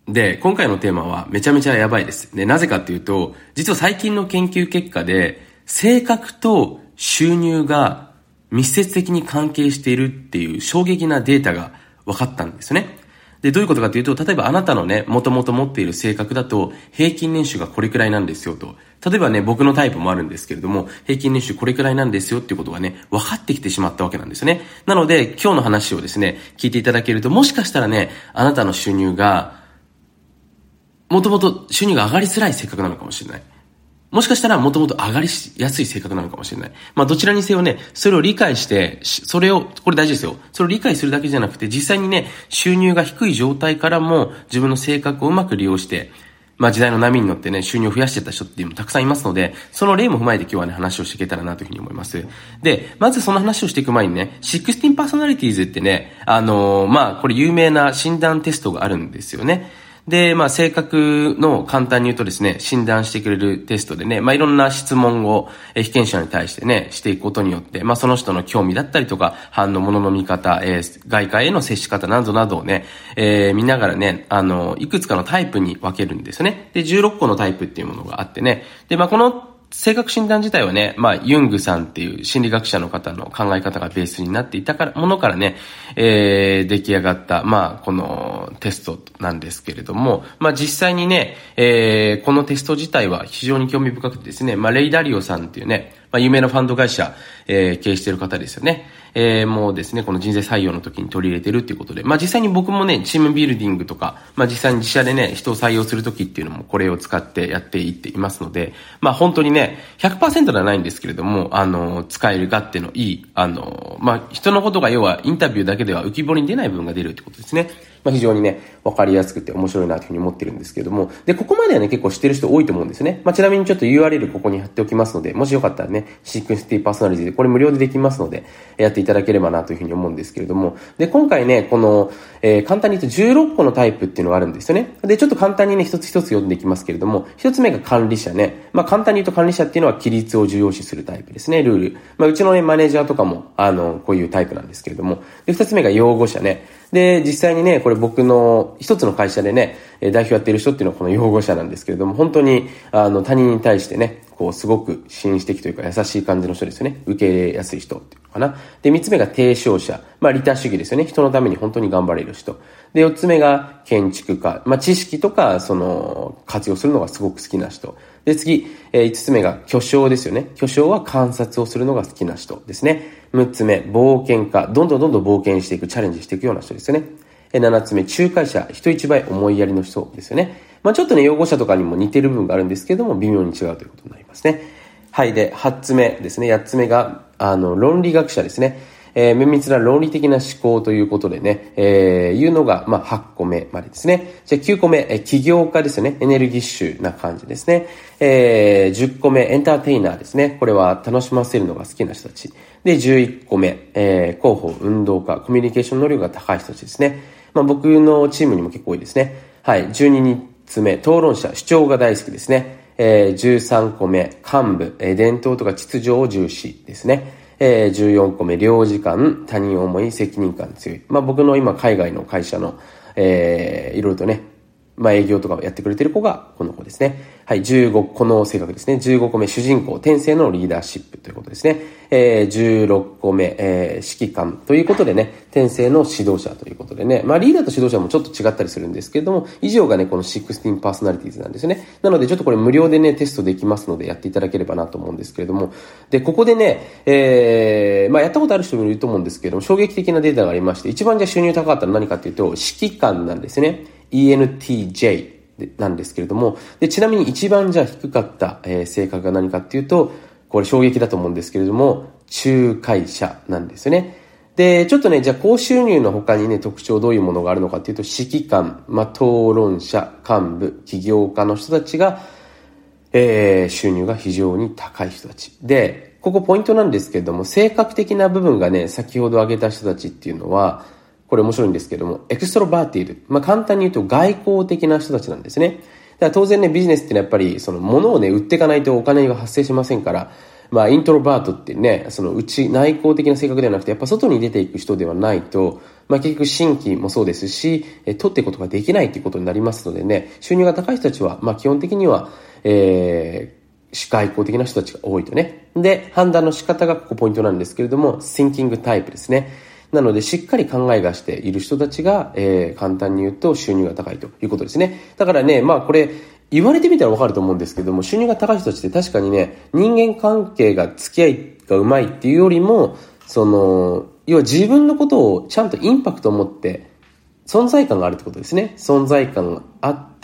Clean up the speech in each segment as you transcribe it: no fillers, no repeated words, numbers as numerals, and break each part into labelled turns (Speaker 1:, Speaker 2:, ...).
Speaker 1: で、今回のテーマはめちゃめちゃやばいです。で、なぜかっていうと、実は最近の研究結果で、性格と収入が密接的に関係しているっていう衝撃なデータが分かったんですよね。で、どういうことかというと、例えばあなたのね、もともと持っている性格だと、平均年収がこれくらいなんですよと。例えばね、僕のタイプもあるんですけれども、平均年収これくらいなんですよっていうことがね、分かってきてしまったわけなんですよね。なので、今日の話をですね、聞いていただけると、もしかしたらね、あなたの収入が、もともと収入が上がりづらい性格なのかもしれない。もしかしたらもともと上がりやすい性格なのかもしれない。どちらにせよね、それを理解して、これ大事ですよ。それを理解するだけじゃなくて、実際にね、収入が低い状態からも自分の性格をうまく利用して、時代の波に乗ってね、収入を増やしていった人っていうのもたくさんいますので、その例も踏まえて今日はね、話をしていけたらなというふうに思います。で、まずその話をしていく前にね、16 Personalities ってね、これ有名な診断テストがあるんですよね。で、性格の簡単に言うとですね、診断してくれるテストでね、いろんな質問を被験者に対してね、していくことによって、その人の興味だったりとか、反応、物の見方、外界への接し方などなどをね、見ながらね、いくつかのタイプに分けるんですよね。で、16個のタイプっていうものがあってね、で、この性格診断自体はね、ユングさんっていう心理学者の方の考え方がベースになっていたものからね、出来上がった、このテストなんですけれども、実際にね、このテスト自体は非常に興味深くてですね、レイ・ダリオさんっていうね、有名なファンド会社、経営している方ですよね。もうですね、この人材採用の時に取り入れてるっていうことで、実際に僕もね、チームビルディングとか、実際に自社でね、人を採用する時っていうのもこれを使ってやっていっていますので、本当にね、100% ではないんですけれども、使える勝手のいい、人のことが要はインタビューだけでは浮き彫りに出ない部分が出るってことですね。非常にね、わかりやすくて面白いなというふうに思ってるんですけれども、で、ここまではね、結構知ってる人多いと思うんですね。ちなみにちょっと URL ここに貼っておきますので、もしよかったらね、60 Personalities でこれ無料でできますので、やっていただければなというふうに思うんですけれども、で、今回ね、この、簡単に言うと16個のタイプっていうのがあるんですよね。で、ちょっと簡単にね、一つ一つ読んでいきますけれども、一つ目が管理者ね。簡単に言うと管理者っていうのは規律を重要視するタイプですね、ルール。うちのね、マネージャーとかも、こういうタイプなんですけれども、で、二つ目が擁護者ね。で、実際にね、これ僕の一つの会社でね、代表やってる人っていうのはこの擁護者なんですけれども、本当に、他人に対してね、こう、すごく紳士的というか優しい感じの人ですよね。受け入れやすい人っていうのかな。で、三つ目が提唱者。利他主義ですよね。人のために本当に頑張れる人。で、四つ目が建築家。知識とか、活用するのがすごく好きな人。で、次、5つ目が巨匠ですよね。巨匠は観察をするのが好きな人ですね。6つ目、冒険家。どんどん冒険していく、チャレンジしていくような人ですよね。7つ目、仲介者。人一倍思いやりの人ですよね。ちょっとね、擁護者とかにも似てる部分があるんですけども、微妙に違うということになりますね。はい。で、8つ目ですね。8つ目が、論理学者ですね。綿密な論理的な思考ということでね、いうのが、8個目までですね。じゃあ9個目、起業家ですよね。エネルギッシュな感じですね。10個目、エンターテイナーですね。これは楽しませるのが好きな人たち。で、11個目、広報、運動家、コミュニケーション能力が高い人たちですね。僕のチームにも結構多いですね。はい。12つ目、討論者、主張が大好きですね。13個目、幹部、伝統とか秩序を重視ですね。14個目、領事官、他人思い、責任感強い。僕の今、海外の会社の、いろいろとね、営業とかをやってくれてる子がこの子ですね。はい、15、この性格ですね。15個目、主人公、天性のリーダーシップということですね。16個目、指揮官ということでね、天性の指導者ということでね、リーダーと指導者もちょっと違ったりするんですけれども、以上がね、この16 Personalities なんですね。なので、ちょっとこれ無料でね、テストできますので、やっていただければなと思うんですけれども、で、ここでね、やったことある人もいると思うんですけれども、衝撃的なデータがありまして、一番じゃ収入高かったのは何かっていうと、指揮官なんですね。ENTJ なんですけれども、で、ちなみに一番じゃ低かった、性格が何かっていうと、これ衝撃だと思うんですけれども、仲介者なんですよね。で、ちょっとね、じゃあ高収入の他にね、特徴どういうものがあるのかっていうと、指揮官、討論者、幹部、起業家の人たちが、収入が非常に高い人たち。で、ここポイントなんですけれども、性格的な部分がね、先ほど挙げた人たちっていうのは、これ面白いんですけども、エクストロバーティド。簡単に言うと外交的な人たちなんですね。だから当然ね、ビジネスってのはやっぱり、物をね、売っていかないとお金が発生しませんから、イントロバートってね、内向的な性格ではなくて、やっぱ外に出ていく人ではないと、 結局新規もそうですし、取っていくことができないということになりますのでね、収入が高い人たちは、基本的には、外交的な人たちが多いとね。で、判断の仕方がここポイントなんですけれども、Thinkingタイプですね。なので、しっかり考えがしている人たちが、簡単に言うと収入が高いということですね。だからね、これ、言われてみたらわかると思うんですけども、収入が高い人たちって確かにね、人間関係が付き合いがうまいっていうよりも、要は自分のことをちゃんとインパクトを持って存在感があるってことですね。存在感があって、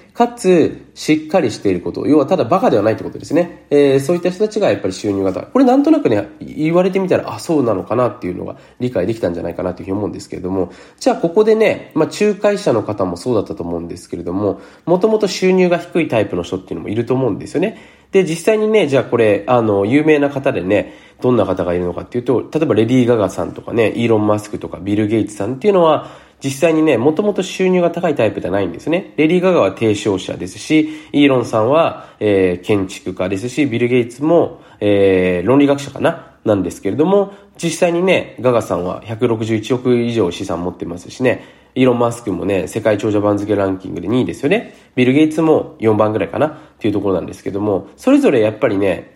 Speaker 1: かつしっかりしていること。要はただバカではないってことですね。そういった人たちがやっぱり収入が高い。これなんとなくね、言われてみたら、そうなのかなっていうのが理解できたんじゃないかなというふうに思うんですけれども、じゃあここでね、仲介者の方もそうだったと思うんですけれども、もともと収入が低いタイプの人っていうのもいると思うんですよね。で、実際にね、じゃあこれ、有名な方でね、どんな方がいるのかっていうと、例えばレディー・ガガさんとかね、イーロン・マスクとかビル・ゲイツさんっていうのは、実際にね、もともと収入が高いタイプじゃないんですね。レディー・ガガは提唱者ですし、イーロンさんは、建築家ですし、ビル・ゲイツも、論理学者かななんですけれども、実際にね、ガガさんは161億以上資産持ってますしね、イーロン・マスクもね、世界長者番付ランキングで2位ですよね。ビル・ゲイツも4番ぐらいかなっていうところなんですけども、それぞれやっぱりね、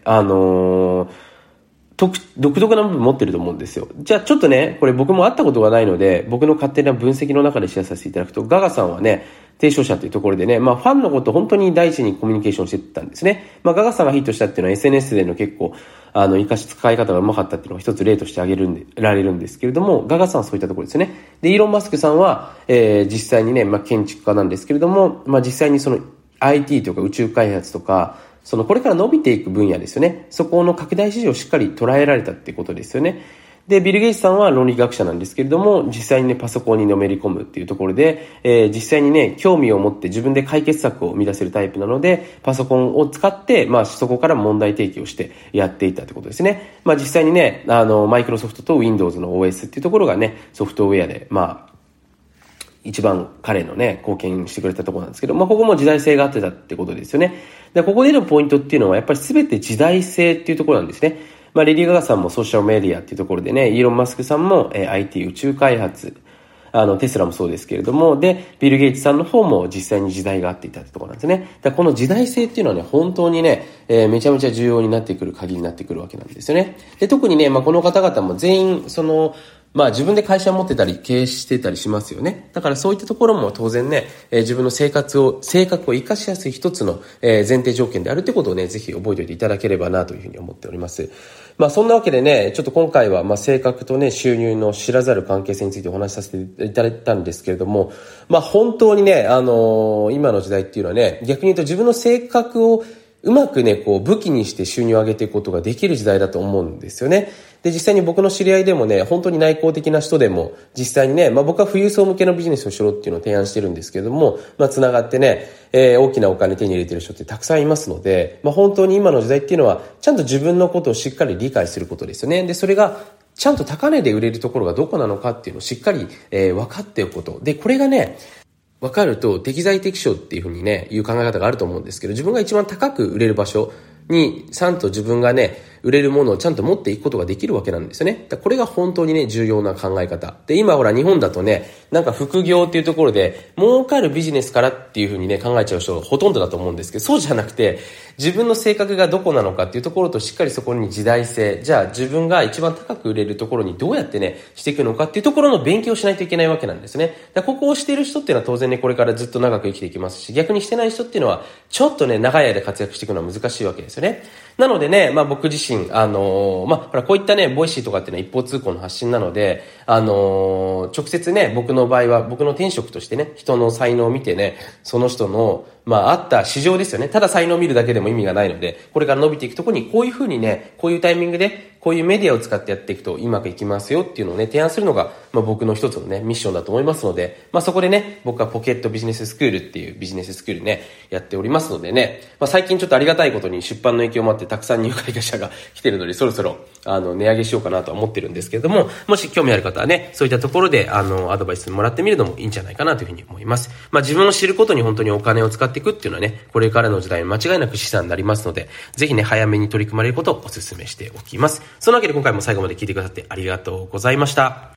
Speaker 1: 独特な部分持ってると思うんですよ。じゃあちょっとね、これ僕も会ったことがないので、僕の勝手な分析の中でシェアさせていただくと、ガガさんはね、提唱者というところでね、ファンのことを本当に第一にコミュニケーションしてたんですね。ガガさんがヒットしたっていうのは SNS での結構、使い方がうまかったっていうのが一つ例として挙げられるんですけれども、ガガさんはそういったところですね。で、イーロン・マスクさんは、実際にね、建築家なんですけれども、実際にその IT とか宇宙開発とか、これから伸びていく分野ですよね。そこの拡大市場をしっかり捉えられたってことですよね。で、ビル・ゲイツさんは論理学者なんですけれども、実際にね、パソコンにのめり込むっていうところで、実際にね、興味を持って自分で解決策を生み出せるタイプなので、パソコンを使って、そこから問題提起をしてやっていったってことですね。実際にね、マイクロソフトと Windows の OS っていうところがね、ソフトウェアで、一番彼のね、貢献してくれたところなんですけど、ここも時代性があってたってことですよね。で、ここでのポイントっていうのは、やっぱり全て時代性っていうところなんですね。レディー・ガガさんもソーシャルメディアっていうところでね、イーロン・マスクさんも、IT 宇宙開発、テスラもそうですけれども、で、ビル・ゲイツさんの方も実際に時代があっていたってところなんですね。だからこの時代性っていうのはね、本当にね、めちゃめちゃ重要になってくる鍵になってくるわけなんですよね。で、特にね、この方々も全員、自分で会社を持ってたり経営してたりしますよね。だからそういったところも当然ね、自分の性格を活かしやすい一つの、前提条件であるってことをね、ぜひ覚えておいていただければなというふうに思っております。そんなわけでね、ちょっと今回は性格とね、収入の知らざる関係性についてお話しさせていただいたんですけれども、本当にね、今の時代っていうのはね、逆に言うと自分の性格をうまくね、武器にして収入を上げていくことができる時代だと思うんですよね。で、実際に僕の知り合いでもね、本当に内向的な人でも、実際にね、僕は富裕層向けのビジネスをしろっていうのを提案してるんですけれども、つながってね、大きなお金手に入れてる人ってたくさんいますので、本当に今の時代っていうのは、ちゃんと自分のことをしっかり理解することですよね。で、それが、ちゃんと高値で売れるところがどこなのかっていうのをしっかり、分かっておくこと。で、これがね、分かると適材適所っていうふうにね、いう考え方があると思うんですけど、自分が一番高く売れる場所に、ちゃんと自分がね、売れるものをちゃんと持っていくことができるわけなんですよね。これが本当にね、重要な考え方。で、今ほら日本だとね、副業っていうところで、儲かるビジネスからっていうふうにね、考えちゃう人がほとんどだと思うんですけど、そうじゃなくて、自分の性格がどこなのかっていうところとしっかりそこに時代性、じゃあ自分が一番高く売れるところにどうやってね、していくのかっていうところの勉強をしないといけないわけなんですね。ここをしている人っていうのは当然ね、これからずっと長く生きていきますし、逆にしてない人っていうのは、ちょっとね、長い間活躍していくのは難しいわけですよね。なのでね、僕自身、ほら、こういったね、ボイシーとかっていうのは一方通行の発信なので、直接ね、僕の場合は、僕の転職としてね、人の才能を見てね、その人の、あった市場ですよね。ただ才能を見るだけでも意味がないので、これから伸びていくところに、こういう風にね、こういうタイミングで、こういうメディアを使ってやっていくとうまくいきますよっていうのをね、提案するのが、僕の一つのね、ミッションだと思いますので、そこでね、僕はポケットビジネススクールっていうビジネススクールね、やっておりますのでね、最近ちょっとありがたいことに出版の影響もあってたくさん入会者が来てるので、そろそろ、値上げしようかなとは思ってるんですけれども、もし興味ある方はね、そういったところで、アドバイスもらってみるのもいいんじゃないかなというふうに思います。自分を知ることに本当にお金を使っていくっていうのはね、これからの時代間違いなく資産になりますので、ぜひね、早めに取り組まれることをお勧めしておきます。そのわけで今回も最後まで聞いてくださってありがとうございました。